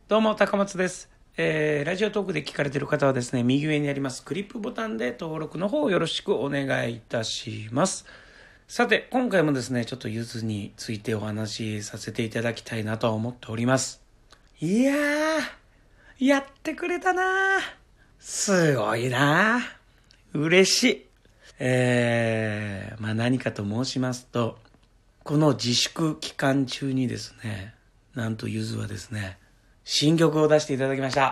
どうも高松です。ラジオトークで聞かれている方はですね、右上にありますクリップボタンで登録の方よろしくお願いいたします。さて今回もですね、ちょっとゆずについてお話しさせていただきたいなとは思っております。いやー、やってくれたなー。すごいなー。嬉しい。何かと申しますと、この自粛期間中にですね、なんとゆずはですね、新曲を出していただきました。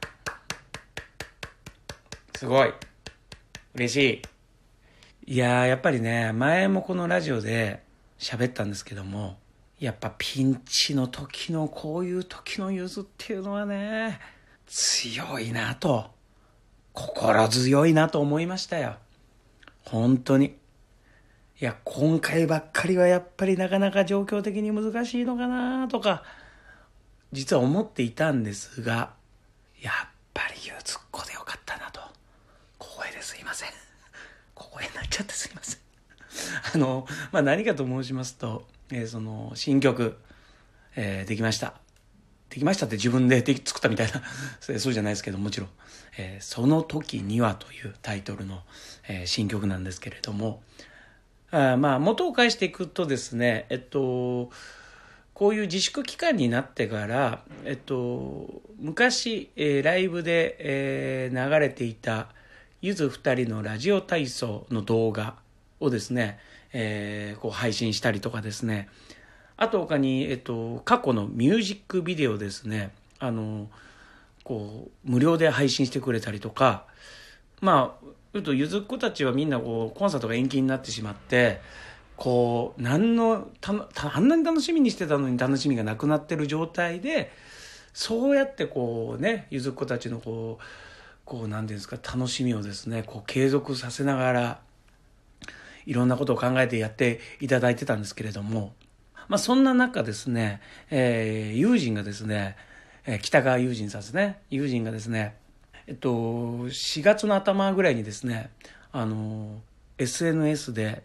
すごい。嬉しい。いやー、やっぱりね、前もこのラジオで喋ったんですけども、やっぱピンチの時のこういう時のゆずっていうのはね、強いなと、心強いなと思いましたよ。本当に。いや、今回ばっかりはやっぱりなかなか状況的に難しいのかなとか、実は思っていたんですが、やっぱりゆずっこでよかったなと。小声ですいません。小声になっちゃってすいません。何かと申しますと、その新曲、できました。できましたって自分で作ったみたいなそうじゃないですけど、もちろん、その時にはというタイトルの、新曲なんですけれども、元を返していくとですね、こういう自粛期間になってから、昔、ライブで、流れていたゆず2人のラジオ体操の動画をですね、こう配信したりとかですね、あと他に、過去のミュージックビデオですね、こう無料で配信してくれたりとか、ゆずっ子たちはみんなこうコンサートが延期になってしまって、こうあんなに楽しみにしてたのに楽しみがなくなってる状態で、そうやってこうね、ゆずっ子たちのこうなんていうんですか、楽しみをですね、こう継続させながらいろんなことを考えてやっていただいてたんですけれども、そんな中ですね、友人がですね、北川友人さんですね、友人がですね、4月の頭ぐらいにですね、SNS で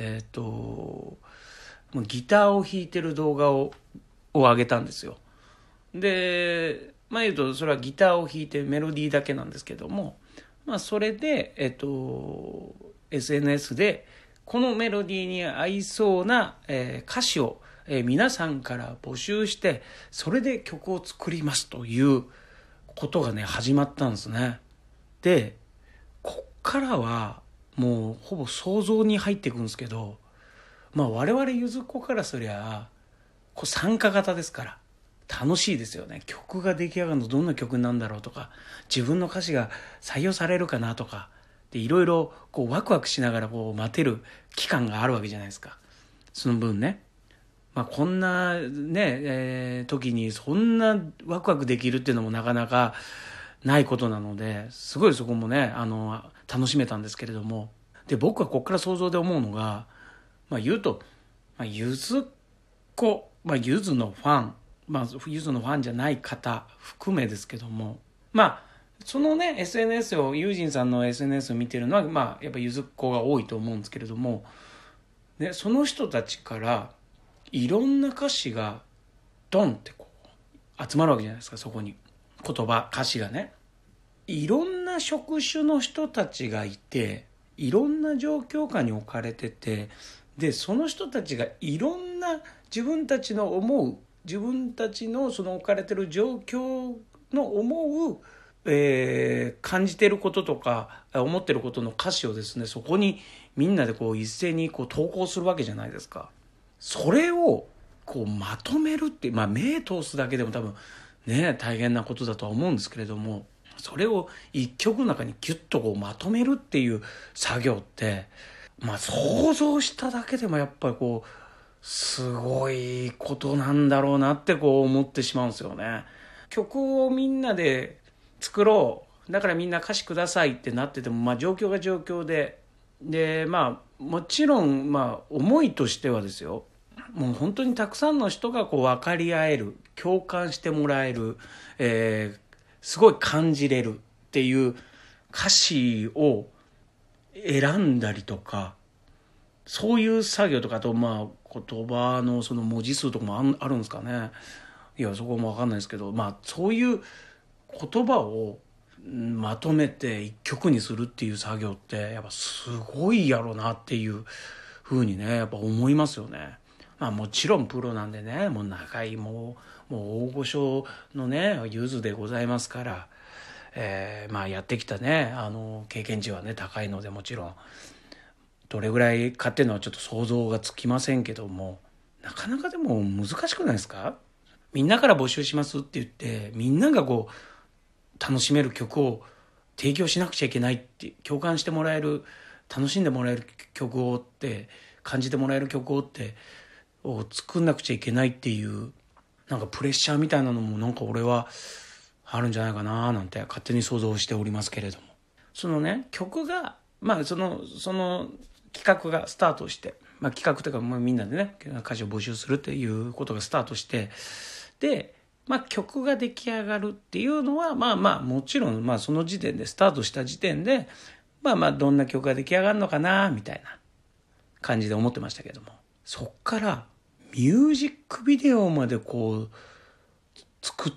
ギターを弾いてる動画を上げたんですよ。で、言うとそれはギターを弾いてメロディーだけなんですけども、それでSNS でこのメロディーに合いそうな、歌詞を、皆さんから募集して、それで曲を作りますということがね始まったんですね。で、こっからはもうほぼ想像に入っていくんですけど、我々ゆずっ子からすりゃこう参加型ですから楽しいですよね。曲が出来上がるのどんな曲なんだろうとか、自分の歌詞が採用されるかなとかで、いろいろこうワクワクしながらこう待てる期間があるわけじゃないですか。その分ね、こんなね、時にそんなワクワクできるっていうのもなかなかないことなので、すごいそこもね楽しめたんですけれども、で僕はここから想像で思うのが、言うと、ゆずっ子、ゆずのファン、ゆずのファンじゃない方含めですけども、そのね SNS を、友人さんの SNS を見てるのは、やっぱゆずっ子が多いと思うんですけれども、ね、その人たちからいろんな歌詞がドンってこう集まるわけじゃないですか。そこに言葉、歌詞がね、いろんな職種の人たちがいて、いろんな状況下に置かれてて、でその人たちがいろんな自分たちの思う、自分たちのその置かれてる状況の思う、感じてることとか思ってることの歌詞をですね、そこにみんなでこう一斉にこう投稿するわけじゃないですか。それをこうまとめるって、目通すだけでも多分ね大変なことだとは思うんですけれども、それを一曲の中にギュッとこうまとめるっていう作業って、想像しただけでもやっぱりこうすごいことなんだろうなってこう思ってしまうんですよね。曲をみんなで作ろう、だからみんな歌詞くださいってなってても、状況が状況で、もちろん思いとしてはですよ、もう本当にたくさんの人がこう分かり合える、共感してもらえる、すごい感じれるっていう歌詞を選んだりとか、そういう作業とか、あと言葉のその文字数とかもあるんですかね。 いや、そこもわかんないですけど、そういう言葉をまとめて一曲にするっていう作業って、やっぱすごいやろなっていうふうにね、やっぱ思いますよね。もちろんプロなんでね、もう長い、もう大御所のね、ゆずでございますから、やってきたね、経験値はね、高いので、もちろん、どれぐらいかっていうのはちょっと想像がつきませんけども、なかなかでも難しくないですか？みんなから募集しますって言って、みんながこう、楽しめる曲を提供しなくちゃいけないって、共感してもらえる、楽しんでもらえる曲をって、感じてもらえる曲を作んなくちゃいけないっていう、なんかプレッシャーみたいなのもなんか俺はあるんじゃないかななんて勝手に想像しておりますけれども。そのね、曲が、その企画がスタートして、企画というか、みんなでね、歌詞を募集するっていうことがスタートして、で、曲が出来上がるっていうのは、もちろん、その時点で、スタートした時点で、どんな曲が出来上がるのかな、みたいな感じで思ってましたけども。そっから、ミュージックビデオまでこう、作って、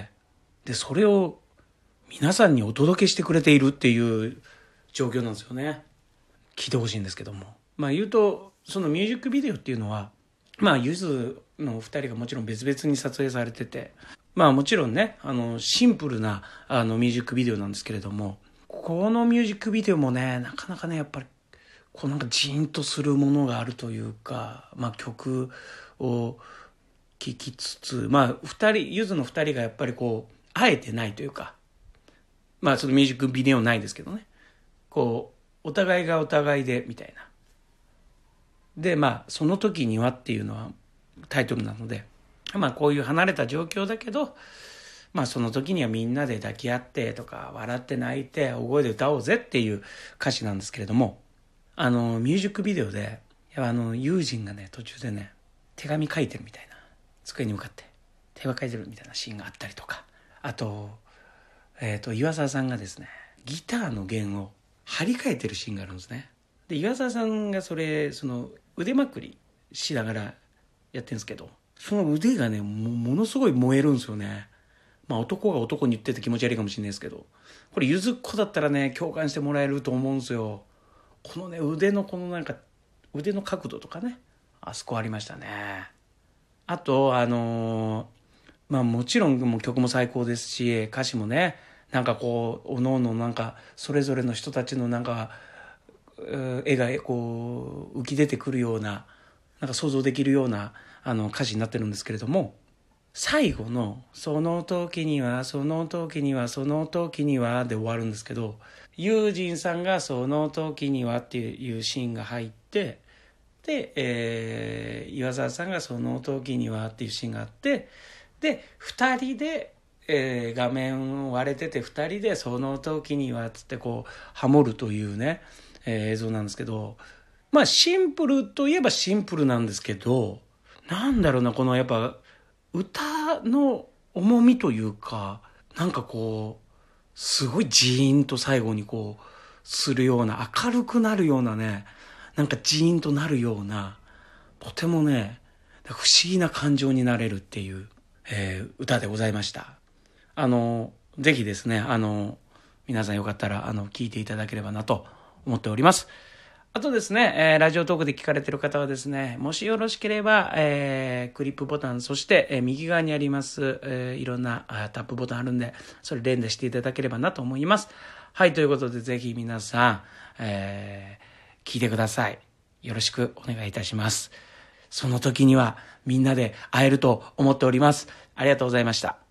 で、それを皆さんにお届けしてくれているっていう状況なんですよね。聞いてほしいんですけども。言うと、そのミュージックビデオっていうのは、ゆずの二人がもちろん別々に撮影されてて、もちろんね、シンプルな、ミュージックビデオなんですけれども、このミュージックビデオもね、なかなかね、やっぱり、こうなんかジーンとするものがあるというか、曲を聴きつつ、ゆずの二人がやっぱりこう、あえてないというか、そのミュージックビデオないですけどね、こう、お互いがお互いで、みたいな。で、その時にはっていうのはタイトルなので、こういう離れた状況だけど、その時にはみんなで抱き合ってとか、笑って泣いて、大声で歌おうぜっていう歌詞なんですけれども、ミュージックビデオで、友人がね、途中でね、手紙書いてるみたいな、机に向かって手紙書いてるみたいなシーンがあったりとか、あと、岩沢さんがですね、ギターの弦を張り替えてるシーンがあるんですね。で、岩沢さんがその腕まくりしながらやってるんですけど、その腕がね、ものすごい燃えるんですよね。男が男に言ってて気持ち悪いかもしれないですけど、これゆずっ子だったらね、共感してもらえると思うんですよ。このね、腕の腕の角度とかね、あそこありましたね。あと、もちろんもう曲も最高ですし、歌詞もね、なんかこう、おのおのなんか、それぞれの人たちのなんか、絵がこう、浮き出てくるような、なんか想像できるような、歌詞になってるんですけれども、最後の、その時には、その時には、その時には、で終わるんですけど、友人さんがその時にはっていうシーンが入って、で、岩沢さんがその時にはっていうシーンがあって、で、二人で、画面割れてて二人でその時にはつってこう、ハモるというね、映像なんですけど、シンプルといえばシンプルなんですけど、なんだろうな、このやっぱ、歌の重みというか、なんかこう、すごいジーンと最後にこう、するような、明るくなるようなね、なんかジーンとなるような、とてもね、不思議な感情になれるっていう、歌でございました。ぜひですね、皆さんよかったら、聞いていただければなと思っております。あとですね、ラジオトークで聞かれている方はですね、もしよろしければ、クリップボタン、そして、右側にあります、いろんなタップボタンあるんで、それ連打していただければなと思います。はい、ということでぜひ皆さん、聞いてください。よろしくお願いいたします。その時にはみんなで会えると思っております。ありがとうございました。